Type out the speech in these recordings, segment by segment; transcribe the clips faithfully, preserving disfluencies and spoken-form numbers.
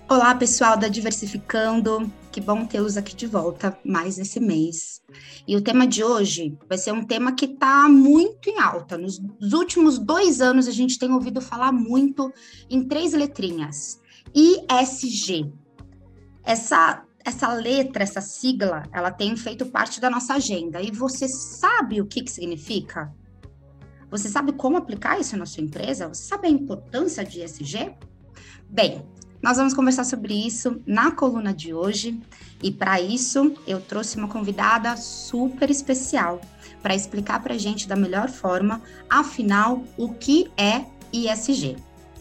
Olá, pessoal da Diversificando, que bom tê-los aqui de volta mais esse mês. E o tema de hoje vai ser um tema que está muito em alta. Nos últimos dois anos, a gente tem ouvido falar muito em três letrinhas: I S G. Essa, essa letra, essa sigla, ela tem feito parte da nossa agenda. E você sabe o que, que significa? Você sabe como aplicar isso na sua empresa? Você sabe a importância de I S G? Bem, nós vamos conversar sobre isso na coluna de hoje e para isso eu trouxe uma convidada super especial para explicar para a gente da melhor forma, afinal, o que é I S G.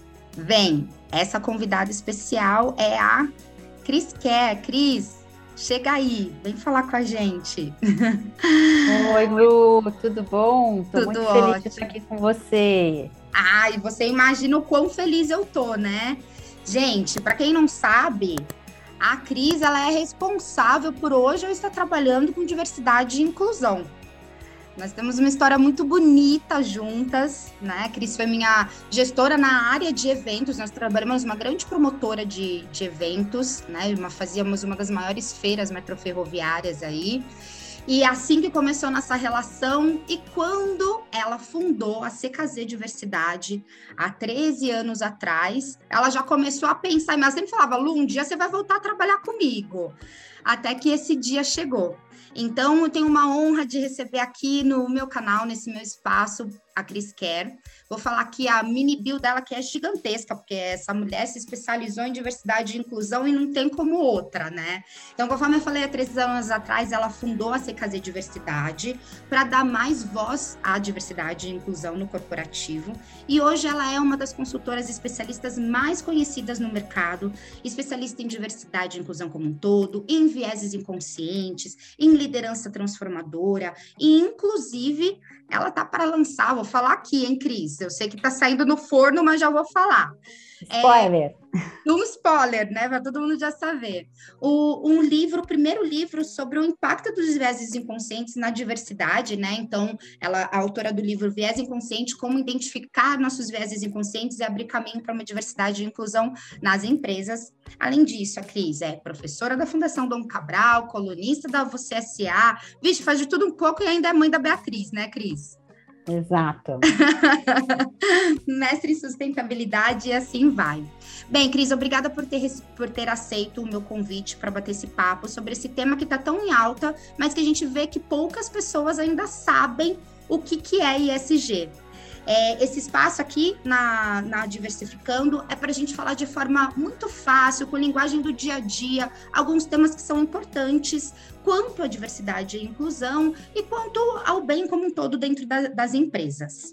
Vem, essa convidada especial é a Cris Kerr. Cris, chega aí, vem falar com a gente. Oi, Lu, tudo bom? Estou Tudo muito feliz de estar ótimo. aqui com você. Ai, você imagina o quão feliz eu tô, né? Gente, para quem não sabe, a Cris, ela é responsável por hoje eu estar trabalhando com diversidade e inclusão. Nós temos uma história muito bonita juntas, né? A Cris foi minha gestora na área de eventos, nós trabalhamos uma grande promotora de, de eventos, né? Uma, fazíamos uma das maiores feiras metroferroviárias aí. E assim que começou nossa relação, e quando ela fundou a C K Z Diversidade, há treze anos atrás, ela já começou a pensar, mas sempre falava, Lu, um dia você vai voltar a trabalhar comigo. Até que esse dia chegou. Então, eu tenho uma honra de receber aqui no meu canal, nesse meu espaço, a Cris Kerr. Vou falar aqui a mini bio dela, que é gigantesca, porque essa mulher se especializou em diversidade e inclusão e não tem como outra, né? Então, conforme eu falei há três anos atrás, ela fundou a C K Z Diversidade para dar mais voz à diversidade e inclusão no corporativo. E hoje ela é uma das consultoras especialistas mais conhecidas no mercado, especialista em diversidade e inclusão como um todo, em vieses inconscientes, em liderança transformadora e, inclusive, ela tá para lançar, vou falar aqui, hein, Cris? Eu sei que tá saindo no forno, mas já vou falar. É, Spoiler. um spoiler, né? Para todo mundo já saber. O, um livro, o primeiro livro sobre o impacto dos vieses inconscientes na diversidade, né? Então, ela, a autora do livro Viés Inconsciente, como identificar nossos vieses inconscientes e abrir caminho para uma diversidade e inclusão nas empresas. Além disso, a Cris é professora da Fundação Dom Cabral, colunista da Você S A, vixe, faz de tudo um pouco e ainda é mãe da Beatriz, né, Cris? Exato. Mestre em sustentabilidade e assim vai. Bem, Cris, obrigada por ter, por ter aceito o meu convite para bater esse papo sobre esse tema que está tão em alta, mas que a gente vê que poucas pessoas ainda sabem o que, que é I S G. É, esse espaço aqui na, na Diversificando é para a gente falar de forma muito fácil, com linguagem do dia a dia, alguns temas que são importantes quanto à diversidade e inclusão e quanto ao bem como um todo dentro da, das empresas.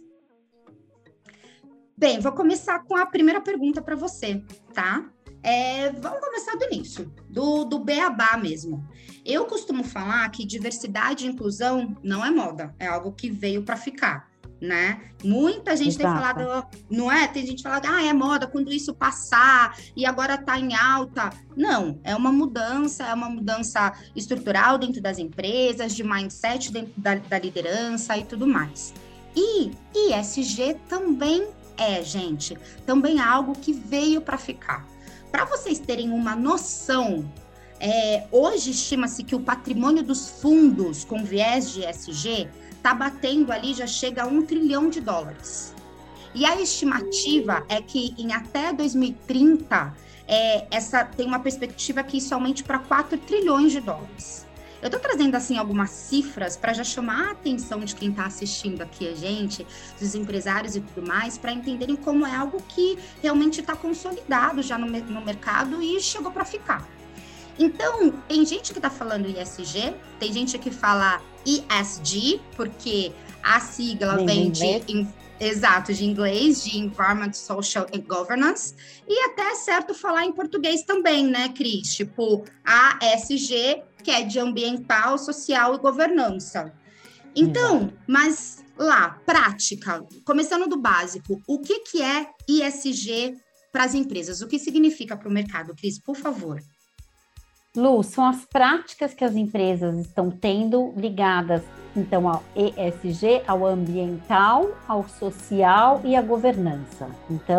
Bem, vou começar com a primeira pergunta para você, tá? É, vamos começar do início, do, do beabá mesmo. Eu costumo falar que diversidade e inclusão não é moda, é algo que veio para ficar, né? Muita gente tem Exato. falado, não é? Tem gente falando, ah, é moda quando isso passar e agora tá em alta. Não, é uma mudança, é uma mudança estrutural dentro das empresas, de mindset dentro da, da liderança e tudo mais. E I S G também é, gente, também é algo que veio para ficar. Para vocês terem uma noção, é, hoje estima-se que o patrimônio dos fundos com viés de E S G está batendo ali, já chega a um trilhão de dólares. E a estimativa é que em até dois mil e trinta, é, essa, tem uma perspectiva que isso aumente para quatro trilhões de dólares. Eu estou trazendo, assim, algumas cifras para já chamar a atenção de quem está assistindo aqui a gente, dos empresários e tudo mais, para entenderem como é algo que realmente está consolidado já no, no mercado e chegou para ficar. Então, tem gente que está falando I S G, tem gente que fala E S G, porque a sigla Vem de vem de, inglês? em, exato, de inglês, de Environment, Social and Governance, e até é certo falar em português também, né, Cris? Tipo, A S G, que é de ambiental, social e governança. Então, Exato. mas lá, prática, começando do básico, o que, que é I S G para as empresas? O que significa para o mercado, Cris, por favor? Lu, são as práticas que as empresas estão tendo ligadas, então, ao E S G, ao ambiental, ao social e à governança. Então,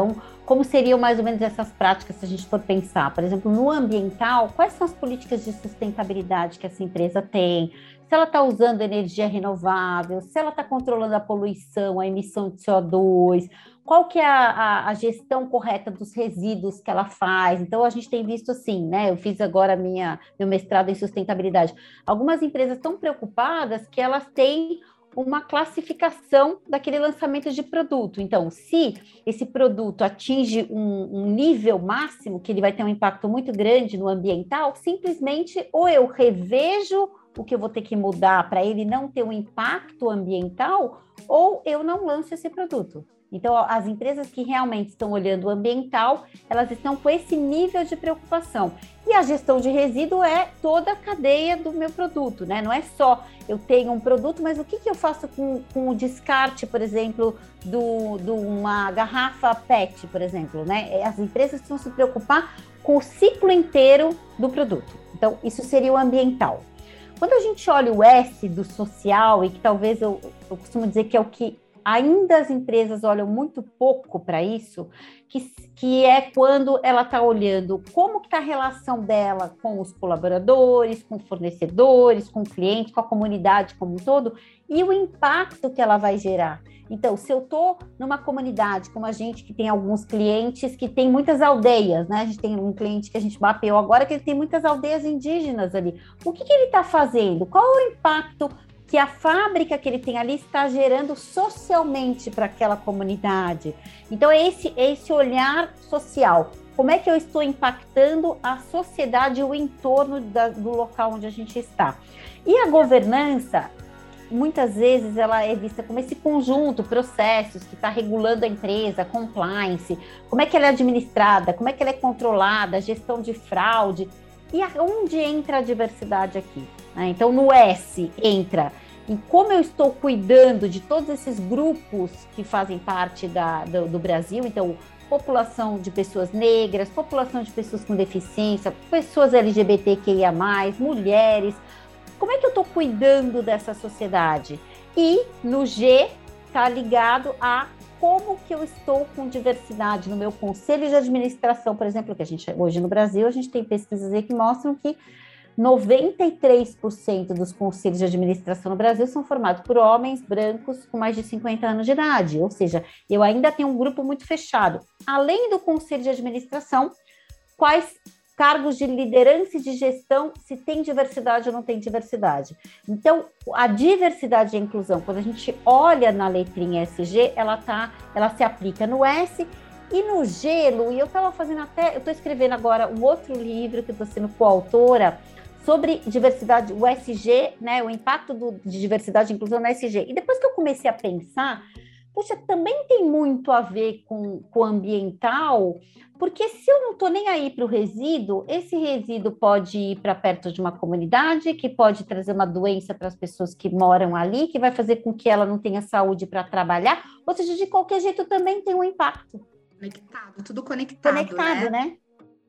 como seriam mais ou menos essas práticas se a gente for pensar? Por exemplo, no ambiental, quais são as políticas de sustentabilidade que essa empresa tem? Se ela está usando energia renovável, se ela está controlando a poluição, a emissão de C O dois, qual que é a, a, a gestão correta dos resíduos que ela faz? Então, a gente tem visto assim, né? Eu fiz agora minha, meu mestrado em sustentabilidade. Algumas empresas estão preocupadas que elas têm uma classificação daquele lançamento de produto. Então, se esse produto atinge um, um nível máximo, que ele vai ter um impacto muito grande no ambiental, simplesmente ou eu revejo o que eu vou ter que mudar para ele não ter um impacto ambiental, ou eu não lanço esse produto. Então, as empresas que realmente estão olhando o ambiental, elas estão com esse nível de preocupação. E a gestão de resíduo é toda a cadeia do meu produto, né? Não é só eu tenho um produto, mas o que, que eu faço com, com o descarte, por exemplo, de do, do uma garrafa P E T, por exemplo, né? As empresas precisam se preocupar com o ciclo inteiro do produto. Então, isso seria o ambiental. Quando a gente olha o S do social, e que talvez eu, eu costumo dizer que é o que ainda as empresas olham muito pouco para isso, que, que é quando ela está olhando como está a relação dela com os colaboradores, com fornecedores, com clientes, com a comunidade como um todo, e o impacto que ela vai gerar. Então, se eu estou numa comunidade como a gente, que tem alguns clientes que tem muitas aldeias, né? A gente tem um cliente que a gente mapeou agora, que ele tem muitas aldeias indígenas ali. O que, que ele está fazendo? Qual é o impacto que a fábrica que ele tem ali está gerando socialmente para aquela comunidade? Então, é esse, é esse olhar social. Como é que eu estou impactando a sociedade e o entorno da, do local onde a gente está? E a governança, muitas vezes, ela é vista como esse conjunto, processos que está regulando a empresa, compliance, como é que ela é administrada, como é que ela é controlada, gestão de fraude. E onde entra a diversidade aqui? Então, no S entra em como eu estou cuidando de todos esses grupos que fazem parte da, do, do Brasil. Então, população de pessoas negras, população de pessoas com deficiência, pessoas L G B T Q I A mais, mulheres. Como é que eu estou cuidando dessa sociedade? E no G está ligado a como que eu estou com diversidade no meu conselho de administração, por exemplo, que a gente hoje no Brasil, a gente tem pesquisas aí que mostram que noventa e três por cento dos conselhos de administração no Brasil são formados por homens brancos com mais de cinquenta anos de idade, ou seja, eu ainda tenho um grupo muito fechado. Além do conselho de administração, quais cargos de liderança e de gestão, se tem diversidade ou não tem diversidade. Então, a diversidade e a inclusão, quando a gente olha na letrinha S G, ela, tá, ela se aplica no S e no G, Lu, e eu estava fazendo até, eu estou escrevendo agora um outro livro que eu estou sendo coautora sobre diversidade, o S G, né, o impacto do, de diversidade e inclusão no S G. E depois que eu comecei a pensar, puxa, também tem muito a ver com o ambiental, porque se eu não estou nem aí para o resíduo, esse resíduo pode ir para perto de uma comunidade, que pode trazer uma doença para as pessoas que moram ali, que vai fazer com que ela não tenha saúde para trabalhar, ou seja, de qualquer jeito também tem um impacto. Conectado, tudo conectado, Conectado, né? né?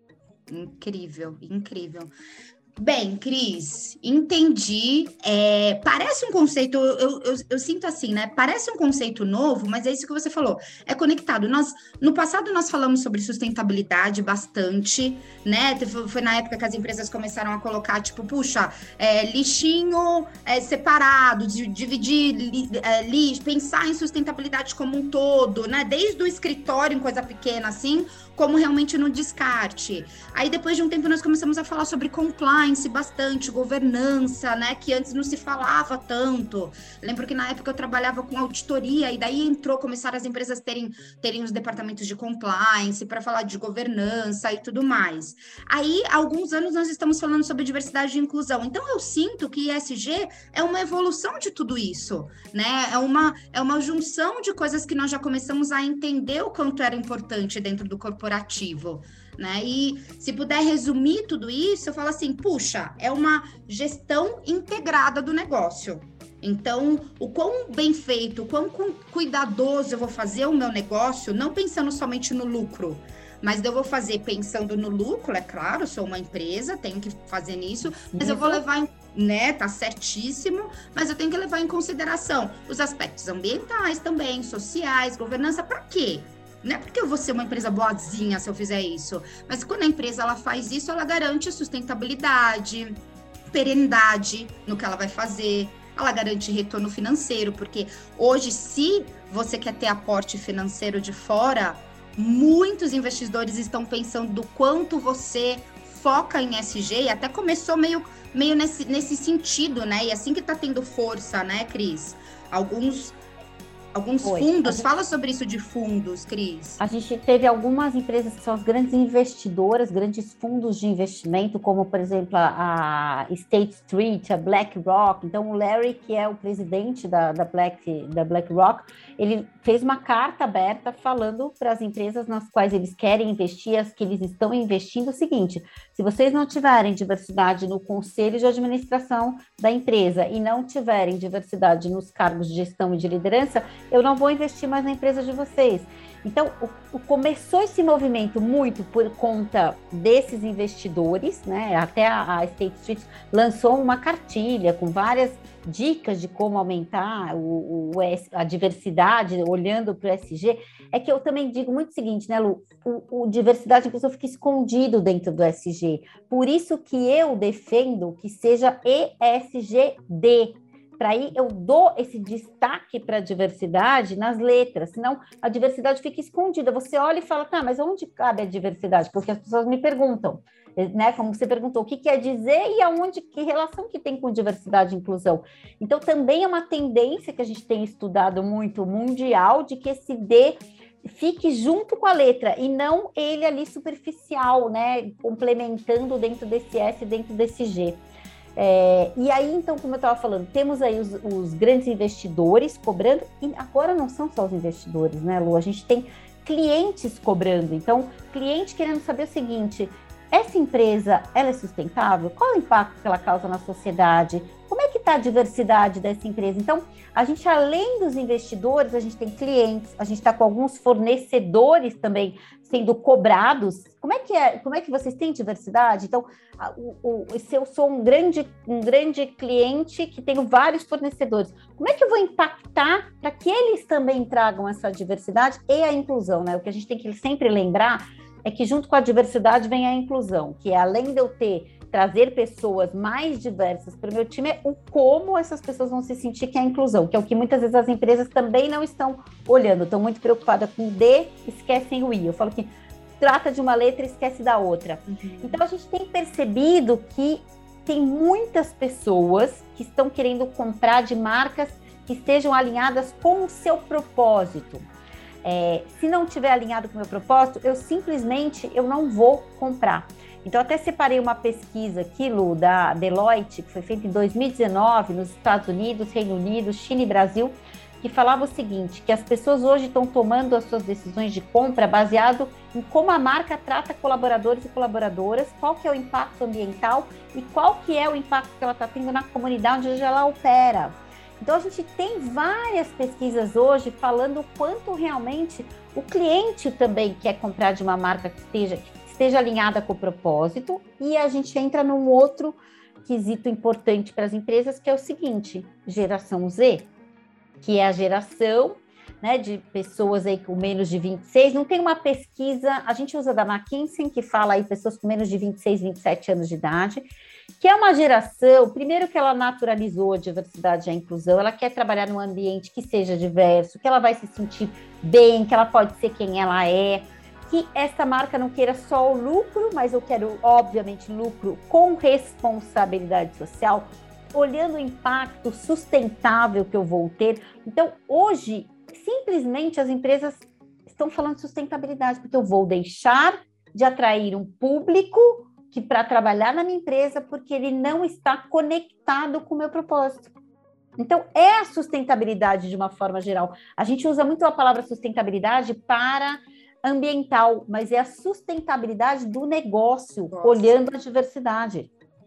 Incrível, incrível. Bem, Cris, entendi. É, parece um conceito, eu, eu, eu sinto assim, né? Parece um conceito novo, mas é isso que você falou, é conectado. Nós, no passado, nós falamos sobre sustentabilidade bastante, né? Foi na época que as empresas começaram a colocar, tipo, puxa, é, lixinho é, separado, dividir li, é, lixo, pensar em sustentabilidade como um todo, né? Desde o escritório, em coisa pequena, assim, como realmente no descarte. Aí, depois de um tempo, nós começamos a falar sobre compliance bastante, governança, né, que antes não se falava tanto. Lembro que na época eu trabalhava com auditoria, e daí entrou, começaram as empresas terem, terem os departamentos de compliance para falar de governança e tudo mais. Aí, há alguns anos, nós estamos falando sobre diversidade e inclusão. Então, eu sinto que I S G é uma evolução de tudo isso, né? É uma, é uma junção de coisas que nós já começamos a entender o quanto era importante dentro do corporativo. Corporativo, né? E se puder resumir tudo isso, eu falo assim, puxa, é uma gestão integrada do negócio. Então, o quão bem feito, o quão cuidadoso eu vou fazer o meu negócio, não pensando somente no lucro, mas eu vou fazer pensando no lucro, é claro, eu sou uma empresa, tenho que fazer nisso, mas eu vou levar em né, tá certíssimo, mas eu tenho que levar em consideração os aspectos ambientais também, sociais, governança, para quê? Não é porque eu vou ser uma empresa boazinha se eu fizer isso, mas quando a empresa ela faz isso, ela garante sustentabilidade, perenidade no que ela vai fazer, ela garante retorno financeiro, porque hoje, se você quer ter aporte financeiro de fora, muitos investidores estão pensando do quanto você foca em E S G, e até começou meio, meio nesse, nesse sentido, né? E assim que está tendo força, né, Cris? Alguns Alguns Foi. fundos, gente, fala sobre isso de fundos, Cris. A gente teve algumas empresas que são as grandes investidoras, grandes fundos de investimento, como, por exemplo, a, a State Street, a BlackRock. Então, o Larry, que é o presidente da, da, Black, da BlackRock, ele fez uma carta aberta falando para as empresas nas quais eles querem investir, as que eles estão investindo, o seguinte: se vocês não tiverem diversidade no conselho de administração da empresa e não tiverem diversidade nos cargos de gestão e de liderança, eu não vou investir mais na empresa de vocês. Então, o, o, começou esse movimento muito por conta desses investidores, né? Até a, a State Street lançou uma cartilha com várias dicas de como aumentar o, o, a diversidade, olhando para o E S G. É que eu também digo muito o seguinte, né, Lu? O, o diversidade e inclusão fica escondido dentro do E S G. Por isso que eu defendo que seja E S G D. Para aí eu dou esse destaque para a diversidade nas letras, senão a diversidade fica escondida. Você olha e fala, tá, mas onde cabe a diversidade? Porque as pessoas me perguntam, né? Como você perguntou, o que quer dizer e aonde, que relação que tem com diversidade e inclusão? Então, também é uma tendência que a gente tem estudado muito mundial, de que esse D fique junto com a letra e não ele ali superficial, né? Complementando dentro desse S, dentro desse G. É, e aí, então, como eu estava falando, temos aí os, os grandes investidores cobrando, e agora não são só os investidores, né, Lu? A gente tem clientes cobrando. Então, cliente querendo saber o seguinte: essa empresa, ela é sustentável? Qual o impacto que ela causa na sociedade? Como é que está a diversidade dessa empresa? Então, a gente, além dos investidores, a gente tem clientes, a gente está com alguns fornecedores também sendo cobrados. Como é que é? Como é que vocês têm diversidade? Então, o, o, se eu sou um grande, um grande cliente que tenho vários fornecedores, como é que eu vou impactar para que eles também tragam essa diversidade e a inclusão, né? O que a gente tem que sempre lembrar é que junto com a diversidade vem a inclusão, que é, além de eu ter trazer pessoas mais diversas para o meu time, é o como essas pessoas vão se sentir, que é a inclusão, que é o que muitas vezes as empresas também não estão olhando, estão muito preocupadas com o D, esquecem o I. Eu falo que trata de uma letra e esquece da outra. Uhum. Então, a gente tem percebido que tem muitas pessoas que estão querendo comprar de marcas que estejam alinhadas com o seu propósito. É, se não estiver alinhado com o meu propósito, eu simplesmente eu não vou comprar. Então, até separei uma pesquisa aqui, Lu, da Deloitte, que foi feita em dois mil e dezenove, nos Estados Unidos, Reino Unido, China e Brasil, que falava o seguinte, que as pessoas hoje estão tomando as suas decisões de compra baseado em como a marca trata colaboradores e colaboradoras, qual que é o impacto ambiental e qual que é o impacto que ela está tendo na comunidade onde ela opera. Então, a gente tem várias pesquisas hoje falando o quanto realmente o cliente também quer comprar de uma marca que esteja, que esteja alinhada com o propósito, e a gente entra num outro quesito importante para as empresas, que é o seguinte: geração Z, que é a geração, né, de pessoas aí com menos de vinte e seis, não tem uma pesquisa, a gente usa da McKinsey, que fala aí pessoas com menos de vinte e seis, vinte e sete anos de idade, que é uma geração, primeiro, que ela naturalizou a diversidade e a inclusão, ela quer trabalhar num ambiente que seja diverso, que ela vai se sentir bem, que ela pode ser quem ela é, que essa marca não queira só o lucro, mas eu quero, obviamente, lucro com responsabilidade social, olhando o impacto sustentável que eu vou ter. Então, hoje, simplesmente as empresas estão falando de sustentabilidade, porque eu vou deixar de atrair um público que para trabalhar na minha empresa, porque ele não está conectado com o meu propósito. Então, é a sustentabilidade de uma forma geral. A gente usa muito a palavra sustentabilidade para ambiental, mas é a sustentabilidade do negócio, Nossa. olhando a diversidade.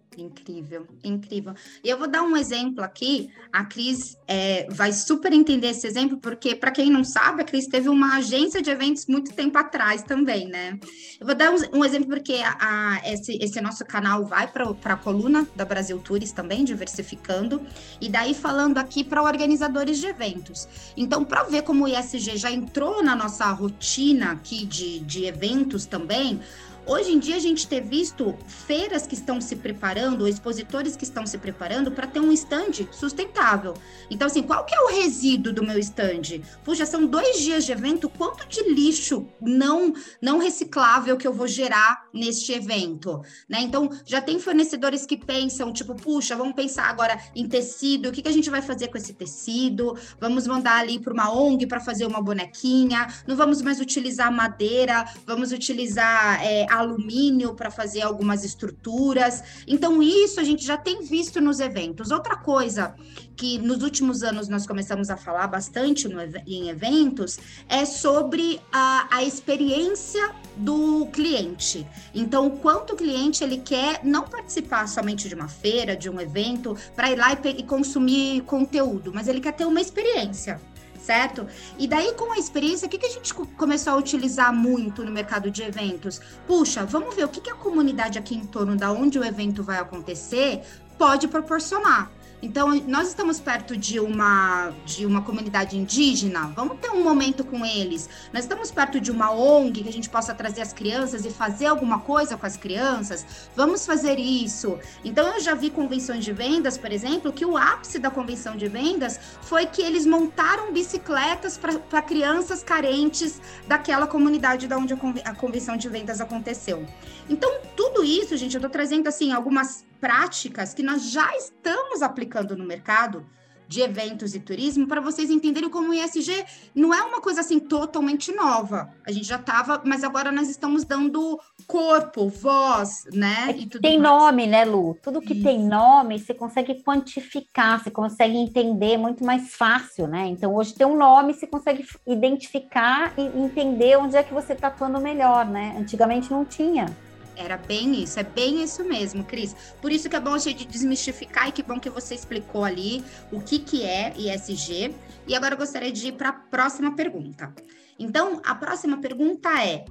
Incrível, incrível. E eu vou dar um exemplo aqui, a Cris é, vai super entender esse exemplo, porque, para quem não sabe, a Cris teve uma agência de eventos muito tempo atrás também, né? Eu vou dar um, um exemplo, porque a, a, esse, esse nosso canal vai para a coluna da Brasil Tours também, diversificando, e daí falando aqui para organizadores de eventos. Então, para ver como o I S G já entrou na nossa rotina aqui de, de eventos também, hoje em dia, a gente tem visto feiras que estão se preparando, ou expositores que estão se preparando para ter um stand sustentável. Então, assim, qual que é o resíduo do meu stand? Puxa, são dois dias de evento, quanto de lixo não, não reciclável que eu vou gerar neste evento? Né? Então, já tem fornecedores que pensam, tipo, puxa, vamos pensar agora em tecido, o que, que a gente vai fazer com esse tecido? Vamos mandar ali para uma O N G para fazer uma bonequinha, não vamos mais utilizar madeira, vamos utilizar... É, alumínio para fazer algumas estruturas. Então, isso a gente já tem visto nos eventos. Outra coisa que nos últimos anos nós começamos a falar bastante no, em eventos é sobre a, a experiência do cliente. Então, o quanto o cliente ele quer não participar somente de uma feira, de um evento, para ir lá e, e consumir conteúdo, mas ele quer ter uma experiência. Certo? E daí, com a experiência, o que, que a gente começou a utilizar muito no mercado de eventos? Puxa, vamos ver o que, que a comunidade aqui em torno da onde o evento vai acontecer pode proporcionar. Então, nós estamos perto de uma, de uma comunidade indígena, vamos ter um momento com eles. Nós estamos perto de uma O N G que a gente possa trazer as crianças e fazer alguma coisa com as crianças, vamos fazer isso. Então, eu já vi convenções de vendas, por exemplo, que o ápice da convenção de vendas foi que eles montaram bicicletas para crianças carentes daquela comunidade da onde a, conven- a convenção de vendas aconteceu. Então, tudo isso, gente, eu estou trazendo, assim, algumas práticas que nós já estamos aplicando no mercado de eventos e turismo para vocês entenderem como o I S G não é uma coisa assim totalmente nova. A gente já estava, mas agora nós estamos dando corpo, voz, né? É e tudo tem mais. nome, né, Lu? Tudo que Isso. tem nome, você consegue quantificar, você consegue entender muito mais fácil, né? Então, hoje tem um nome, você consegue identificar e entender onde é que você está atuando melhor, né? Antigamente não tinha. Era bem isso, é bem isso mesmo, Cris. Por isso que é bom a gente desmistificar e que bom que você explicou ali o que, que é I S G. E agora eu gostaria de ir para a próxima pergunta. Então, a próxima pergunta é: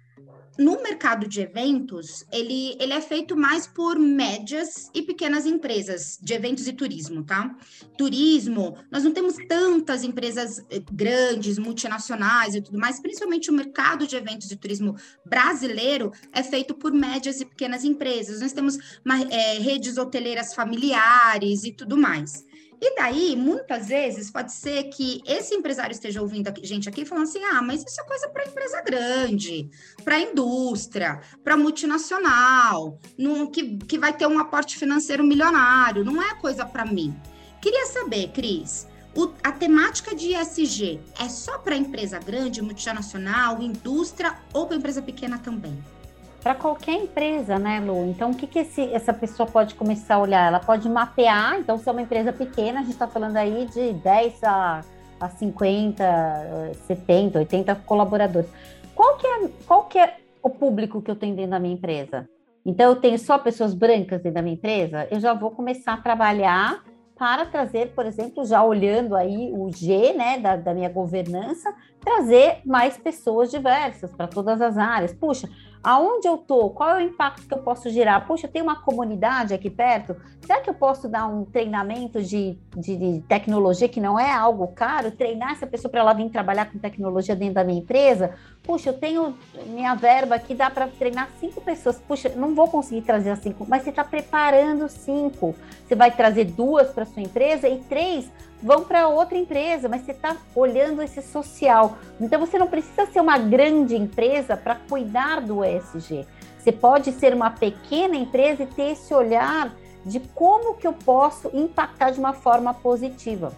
no mercado de eventos, ele, ele é feito mais por médias e pequenas empresas de eventos e turismo, tá? Turismo, nós não temos tantas empresas grandes, multinacionais e tudo mais, principalmente o mercado de eventos e turismo brasileiro é feito por médias e pequenas empresas. Nós temos uma, é, redes hoteleiras familiares e tudo mais. E daí, muitas vezes, pode ser que esse empresário esteja ouvindo a gente aqui falando assim, ah, mas isso é coisa para empresa grande, para indústria, para multinacional, num, que, que vai ter um aporte financeiro milionário, não é coisa para mim. Queria saber, Cris, o, a temática de I S G é só para empresa grande, multinacional, indústria ou para empresa pequena também? Para qualquer empresa, né, Lu? Então, o que, que esse, essa pessoa pode começar a olhar? Ela pode mapear, então, se é uma empresa pequena, a gente está falando aí de dez a cinquenta, setenta, oitenta colaboradores. Qual que é, qual que é o público que eu tenho dentro da minha empresa? Então, eu tenho só pessoas brancas dentro da minha empresa? Eu já vou começar a trabalhar para trazer, por exemplo, já olhando aí o G, né, da, da minha governança, trazer mais pessoas diversas para todas as áreas. Puxa, aonde eu estou? Qual é o impacto que eu posso gerar? Puxa, tem uma comunidade aqui perto? Será que eu posso dar um treinamento de, de, de tecnologia que não é algo caro? Treinar essa pessoa para ela vir trabalhar com tecnologia dentro da minha empresa? Puxa, eu tenho minha verba aqui, dá para treinar cinco pessoas. Puxa, não vou conseguir trazer as cinco, mas você está preparando cinco. Você vai trazer duas para sua empresa e três vão para outra empresa, mas você está olhando esse social. Então, você não precisa ser uma grande empresa para cuidar do E S G. Você pode ser uma pequena empresa e ter esse olhar de como que eu posso impactar de uma forma positiva.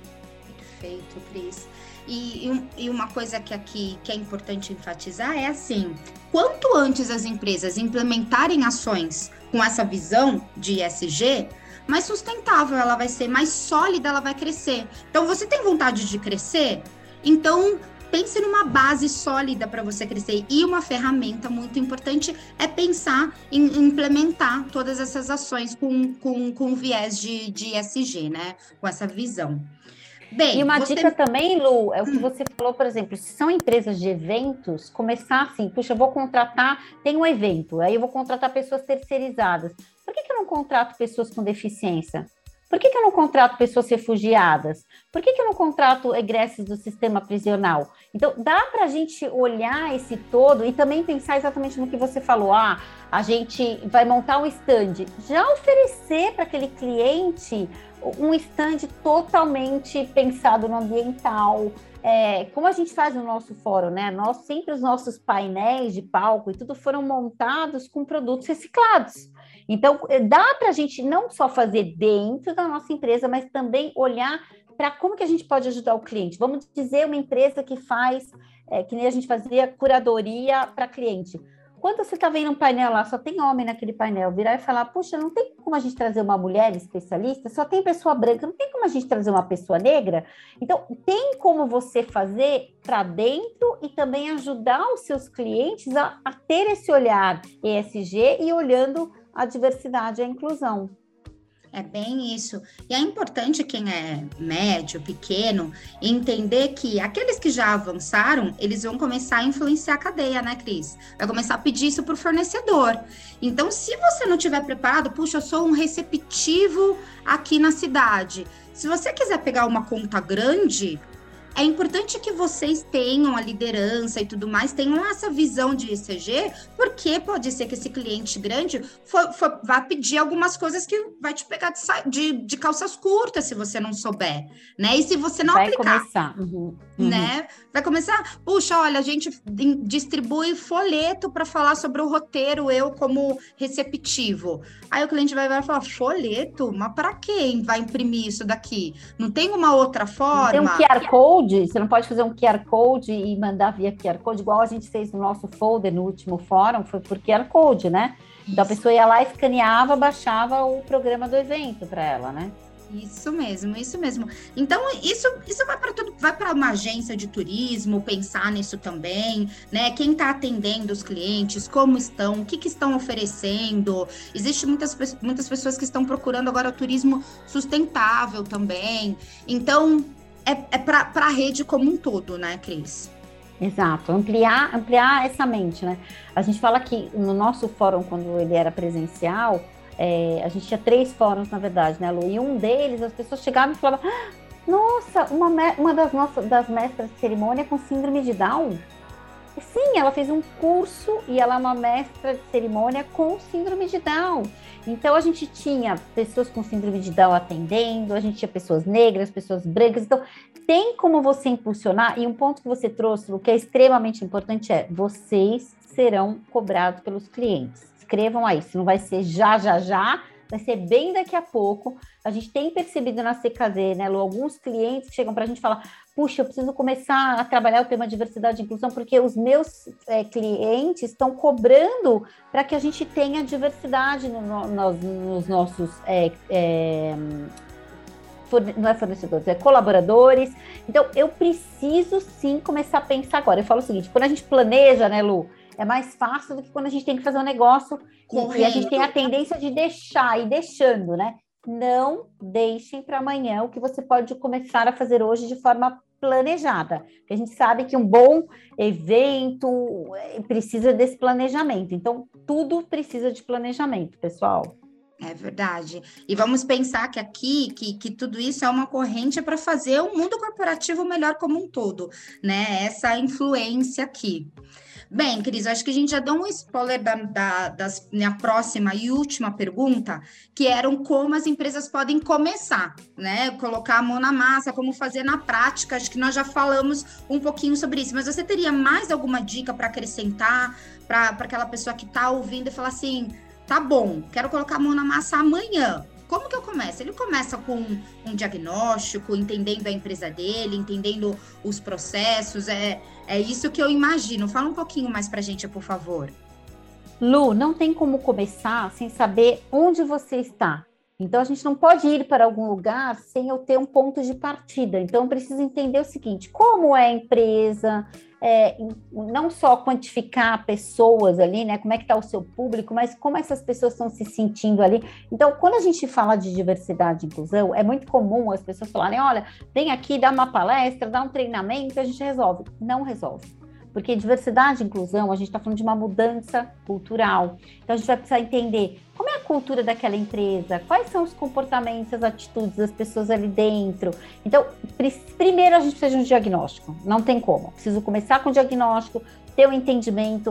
Perfeito, Cris. E, e uma coisa que aqui que é importante enfatizar é assim, quanto antes as empresas implementarem ações com essa visão de E S G, mais sustentável ela vai ser, mais sólida ela vai crescer. Então, você tem vontade de crescer? Então, pense numa base sólida para você crescer. E uma ferramenta muito importante é pensar em implementar todas essas ações com, com, com viés de, de E S G, né? Com essa visão. Bem, e uma você... dica também, Lu, é o que você falou, por exemplo, se são empresas de eventos, começar assim, puxa, eu vou contratar, tem um evento, aí eu vou contratar pessoas terceirizadas. Por que que eu não contrato pessoas com deficiência? Por que que eu não contrato pessoas refugiadas? Por que que eu não contrato egressos do sistema prisional? Então, dá para a gente olhar esse todo e também pensar exatamente no que você falou. Ah, a gente vai montar um stand. Já oferecer para aquele cliente um stand totalmente pensado no ambiental. É, como a gente faz no nosso fórum, né? Nós, sempre os nossos painéis de palco e tudo foram montados com produtos reciclados. Então, dá para a gente não só fazer dentro da nossa empresa, mas também olhar para como que a gente pode ajudar o cliente. Vamos dizer, uma empresa que faz, é, que nem a gente fazia curadoria para cliente. Quando você está vendo um painel lá, só tem homem naquele painel, virar e falar, puxa, não tem como a gente trazer uma mulher especialista, só tem pessoa branca, não tem como a gente trazer uma pessoa negra? Então, tem como você fazer para dentro e também ajudar os seus clientes a, a ter esse olhar E S G e olhando a diversidade e a inclusão. É bem isso. E é importante quem é médio, pequeno, entender que aqueles que já avançaram, eles vão começar a influenciar a cadeia, né, Cris? Vai começar a pedir isso para o fornecedor. Então, se você não estiver preparado, puxa, eu sou um receptivo aqui na cidade. Se você quiser pegar uma conta grande, é importante que vocês tenham a liderança e tudo mais, tenham essa visão de E S G, porque pode ser que esse cliente grande for, for, vá pedir algumas coisas que vai te pegar de, de, de calças curtas, se você não souber, né? E se você não vai aplicar... Começar. Uhum. Né? Uhum. Vai começar, puxa, olha, a gente distribui folheto para falar sobre o roteiro, eu como receptivo. Aí o cliente vai, vai falar, folheto? Mas para quem vai imprimir isso daqui? Não tem uma outra forma? Tem um Q R Code, você não pode fazer um Q R Code e mandar via Q R Code, igual a gente fez no nosso folder no último fórum, foi por Q R Code, né? Isso. Então a pessoa ia lá, escaneava, baixava o programa do evento para ela, né? Isso mesmo, isso mesmo. Então, isso, isso vai para tudo, vai para uma agência de turismo, pensar nisso também, né? Quem está atendendo os clientes, como estão, o que, que estão oferecendo. Existem muitas, muitas pessoas que estão procurando agora o turismo sustentável também. Então, é, é para a rede como um todo, né, Cris? Exato, ampliar, ampliar essa mente, né? A gente fala que no nosso fórum, quando ele era presencial, É, a gente tinha três fóruns, na verdade, né, Lu? E um deles, as pessoas chegavam e falavam, ah, nossa, uma, uma das, nossas, das mestras de cerimônia com síndrome de Down. E, sim, ela fez um curso e ela é uma mestra de cerimônia com síndrome de Down. Então, a gente tinha pessoas com síndrome de Down atendendo, a gente tinha pessoas negras, pessoas brancas. Então, tem como você impulsionar. E um ponto que você trouxe, Lu, que é extremamente importante é, vocês serão cobrados pelos clientes. Escrevam aí, se não vai ser já, já, já, vai ser bem daqui a pouco. A gente tem percebido na C K Z, né, Lu, alguns clientes chegam para a gente falar, puxa, eu preciso começar a trabalhar o tema diversidade e inclusão, porque os meus é, clientes estão cobrando para que a gente tenha diversidade no, no, nos, nos nossos... É, é, não é fornecedores, é colaboradores. Então, eu preciso sim começar a pensar agora. Eu falo o seguinte, quando a gente planeja, né, Lu, é mais fácil do que quando a gente tem que fazer um negócio Correto. E a gente tem a tendência de deixar e deixando, né? Não deixem para amanhã o que você pode começar a fazer hoje de forma planejada. Porque a gente sabe que um bom evento precisa desse planejamento. Então, tudo precisa de planejamento, pessoal. É verdade. E vamos pensar que aqui, que, que tudo isso é uma corrente para fazer o mundo corporativo melhor como um todo, né? Essa influência aqui. Bem, Cris, acho que a gente já deu um spoiler da, da das, minha próxima e última pergunta, que eram como as empresas podem começar, né? Colocar a mão na massa, como fazer na prática. Acho que nós já falamos um pouquinho sobre isso, mas você teria mais alguma dica para acrescentar para aquela pessoa que está ouvindo e falar assim, tá bom, quero colocar a mão na massa amanhã. Como que eu começo? Ele começa com um diagnóstico, entendendo a empresa dele, entendendo os processos, é, é isso que eu imagino. Fala um pouquinho mais pra gente, por favor. Lu, não tem como começar sem saber onde você está. Então, a gente não pode ir para algum lugar sem eu ter um ponto de partida. Então, eu preciso entender o seguinte, como é a empresa, é, não só quantificar pessoas ali, né? Como é que está o seu público, mas como essas pessoas estão se sentindo ali. Então, quando a gente fala de diversidade e inclusão, é muito comum as pessoas falarem, olha, vem aqui, dá uma palestra, dá um treinamento, a gente resolve. Não resolve. Porque diversidade e inclusão, a gente está falando de uma mudança cultural. Então, a gente vai precisar entender como é a cultura daquela empresa, quais são os comportamentos, as atitudes das pessoas ali dentro. Então, primeiro a gente precisa de um diagnóstico, não tem como. Preciso começar com o diagnóstico, ter um entendimento.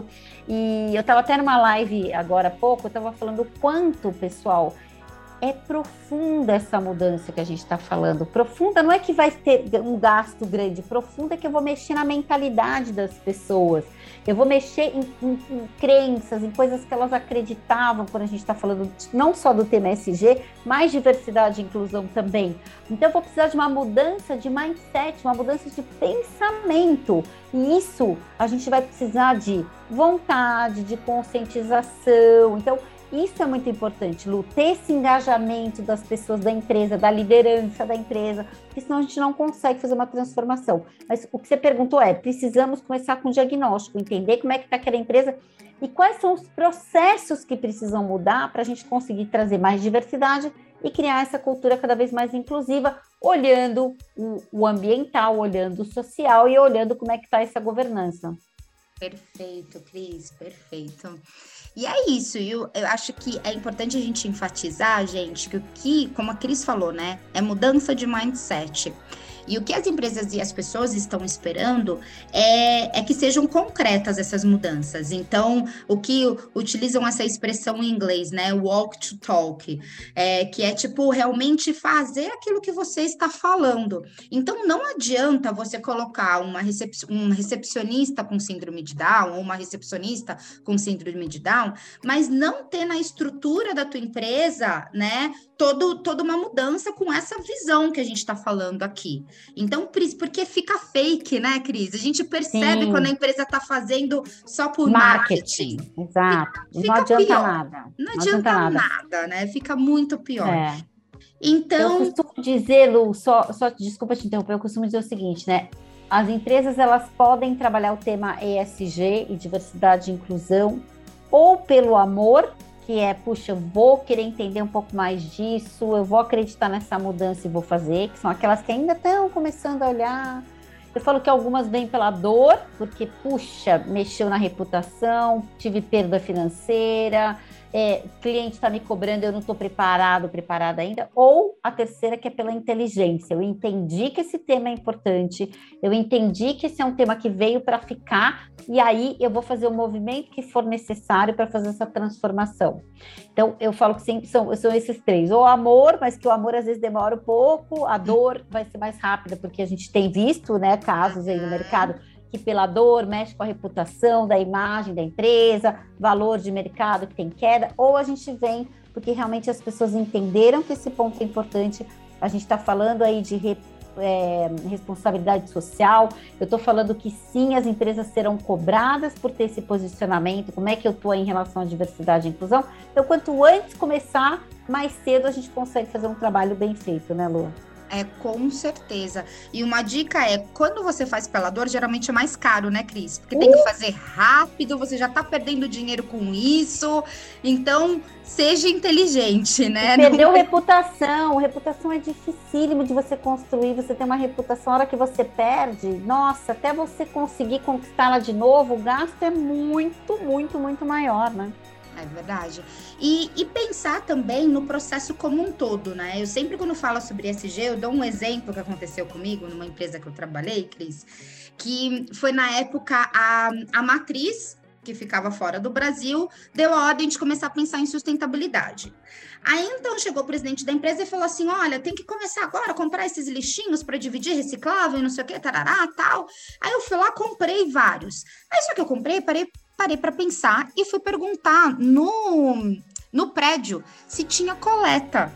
E eu estava até numa live agora há pouco, eu estava falando o quanto, pessoal, é profunda essa mudança que a gente está falando. Profunda não é que vai ter um gasto grande, profunda é que eu vou mexer na mentalidade das pessoas, eu vou mexer em, em, em crenças, em coisas que elas acreditavam quando a gente está falando não só do tema E S G, mas diversidade e inclusão também. Então eu vou precisar de uma mudança de mindset, uma mudança de pensamento, e isso a gente vai precisar de vontade, de conscientização. Então, isso é muito importante, Lu, ter esse engajamento das pessoas da empresa, da liderança da empresa, porque senão a gente não consegue fazer uma transformação. Mas o que você perguntou é, precisamos começar com o diagnóstico, entender como é que está aquela empresa e quais são os processos que precisam mudar para a gente conseguir trazer mais diversidade e criar essa cultura cada vez mais inclusiva, olhando o, o ambiental, olhando o social e olhando como é que está essa governança. Perfeito, Cris, perfeito. E é isso, eu, eu acho que é importante a gente enfatizar, gente, que o que, como a Cris falou, né, é mudança de mindset. E o que as empresas e as pessoas estão esperando é, é que sejam concretas essas mudanças. Então, o que utilizam essa expressão em inglês, né? Walk to talk, é, que é tipo realmente fazer aquilo que você está falando. Então, não adianta você colocar uma recep um recepcionista com síndrome de Down ou uma recepcionista com síndrome de Down, mas não ter na estrutura da tua empresa, né? Todo, toda uma mudança com essa visão que a gente está falando aqui. Então, porque fica fake, né, Cris? A gente percebe Sim. quando a empresa está fazendo só por marketing. marketing. Exato. Fica, fica não adianta pior. nada. Não, não adianta, adianta nada. nada, né? Fica muito pior. É. Então... Eu costumo dizer, Lu, só, só desculpa te interromper, eu costumo dizer o seguinte, né? As empresas, elas podem trabalhar o tema E S G e diversidade e inclusão ou pelo amor, que é, puxa, eu vou querer entender um pouco mais disso, eu vou acreditar nessa mudança e vou fazer, que são aquelas que ainda estão começando a olhar. Eu falo que algumas vêm pela dor, porque, puxa, mexeu na reputação, tive perda financeira, é, cliente está me cobrando, eu não estou preparado, preparada ainda. Ou a terceira, que é pela inteligência. Eu entendi que esse tema é importante, eu entendi que esse é um tema que veio para ficar, e aí eu vou fazer o movimento que for necessário para fazer essa transformação. Então, eu falo que sempre são, são esses três. O amor, mas que o amor às vezes demora um pouco, a dor vai ser mais rápida, porque a gente tem visto, né, casos aí no mercado que pela dor mexe com a reputação da imagem da empresa, valor de mercado que tem queda, ou a gente vem porque realmente as pessoas entenderam que esse ponto é importante. A gente está falando aí de re, é, responsabilidade social, eu estou falando que sim, as empresas serão cobradas por ter esse posicionamento, como é que eu estou em relação à diversidade e inclusão. Então, quanto antes começar, mais cedo a gente consegue fazer um trabalho bem feito, né, Lu? É, com certeza. E uma dica é, quando você faz pela dor, geralmente é mais caro, né, Cris? Porque uh! tem que fazer rápido, você já tá perdendo dinheiro com isso. Então, seja inteligente, né? E perdeu Não... reputação. Reputação é dificílimo de você construir. Você tem uma reputação, a hora que você perde, nossa, até você conseguir conquistá-la de novo, o gasto é muito, muito, muito maior, né? É verdade. E, e pensar também no processo como um todo, né? Eu sempre, quando falo sobre E S G, eu dou um exemplo que aconteceu comigo numa empresa que eu trabalhei, Cris, que foi na época a, a matriz, que ficava fora do Brasil, deu a ordem de começar a pensar em sustentabilidade. Aí, então, chegou o presidente da empresa e falou assim, olha, tem que começar agora a comprar esses lixinhos para dividir reciclável e não sei o que, tarará, tal. Aí eu fui lá, comprei vários. Aí só que eu comprei, parei Parei para pensar e fui perguntar no, no prédio se tinha coleta,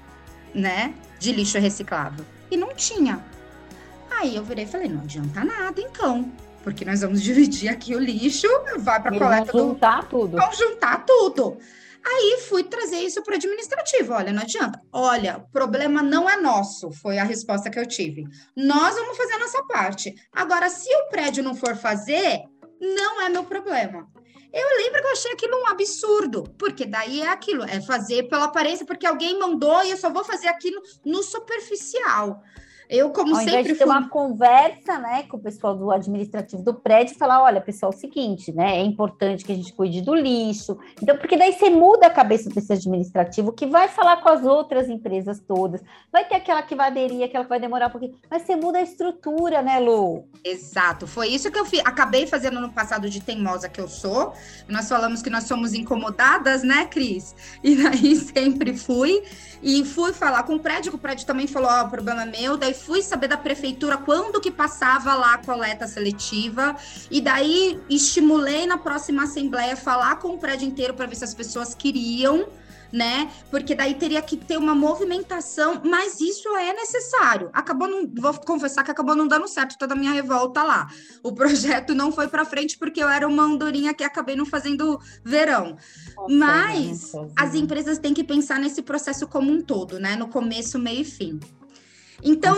né, de lixo reciclável. E não tinha. Aí eu virei e falei, não adianta nada então, porque nós vamos dividir aqui o lixo, vai para a coleta do... juntar tudo. Vamos juntar tudo. Aí fui trazer isso para o administrativo. Olha, não adianta. Olha, o problema não é nosso, foi a resposta que eu tive. Nós vamos fazer a nossa parte. Agora, se o prédio não for fazer, não é meu problema. Eu lembro que eu achei aquilo um absurdo, porque daí é aquilo, é fazer pela aparência, porque alguém mandou e eu só vou fazer aquilo no superficial. Eu, como Ao sempre invés de ter fui... uma conversa, né, com o pessoal do administrativo do prédio, falar, olha, pessoal, é o seguinte, né, é importante que a gente cuide do lixo. Então, porque daí você muda a cabeça desse administrativo, que vai falar com as outras empresas todas, vai ter aquela que vai aderir, aquela que vai demorar um pouquinho, mas você muda a estrutura, né, Lu? Exato, foi isso que eu fiz. Acabei fazendo no passado de teimosa que eu sou. Nós falamos que nós somos incomodadas, né, Cris? E daí sempre fui. E fui falar com o prédio, o prédio também falou, ó, oh, o problema é meu. Daí fui saber da prefeitura quando que passava lá a coleta seletiva. E daí estimulei na próxima assembleia falar com o prédio inteiro para ver se as pessoas queriam, né? Porque daí teria que ter uma movimentação, mas isso é necessário. Acabou não, vou confessar que acabou não dando certo toda a minha revolta lá. O projeto não foi para frente porque eu era uma andorinha que acabei não fazendo verão. Nossa, mas nossa, as empresas têm que pensar nesse processo como um todo, né? No começo, meio e fim. Então,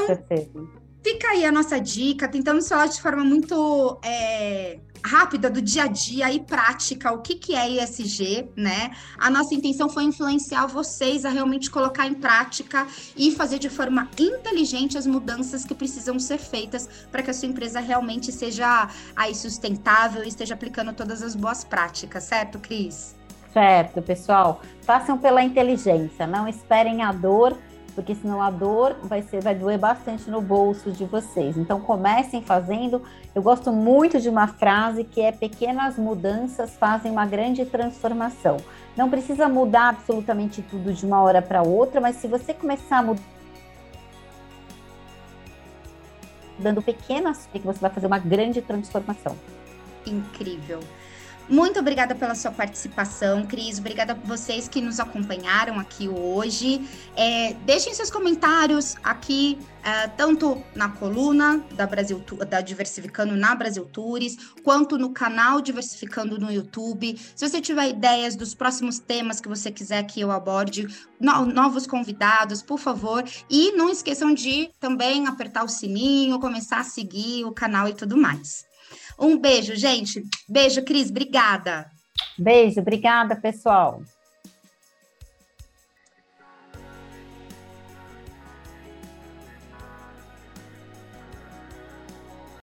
fica aí a nossa dica. Tentamos falar de forma muito é, rápida do dia a dia e prática o que, que é E S G, né? A nossa intenção foi influenciar vocês a realmente colocar em prática e fazer de forma inteligente as mudanças que precisam ser feitas para que a sua empresa realmente seja aí sustentável e esteja aplicando todas as boas práticas, certo, Cris? Certo, pessoal. Façam pela inteligência, não esperem a dor, porque senão a dor vai, ser, vai doer bastante no bolso de vocês. Então, comecem fazendo. Eu gosto muito de uma frase que é: pequenas mudanças fazem uma grande transformação. Não precisa mudar absolutamente tudo de uma hora para outra, mas se você começar a mudar, dando pequenas, que você vai fazer uma grande transformação. Incrível. Muito obrigada pela sua participação, Cris. Obrigada por vocês que nos acompanharam aqui hoje. É, deixem seus comentários aqui, é, tanto na coluna da, Brasil, da Diversificando na Brasil Tours, quanto no canal Diversificando no YouTube. Se você tiver ideias dos próximos temas que você quiser que eu aborde, no, novos convidados, por favor. E não esqueçam de também apertar o sininho, começar a seguir o canal e tudo mais. Um beijo, gente. Beijo, Cris. Obrigada. Beijo, obrigada, pessoal.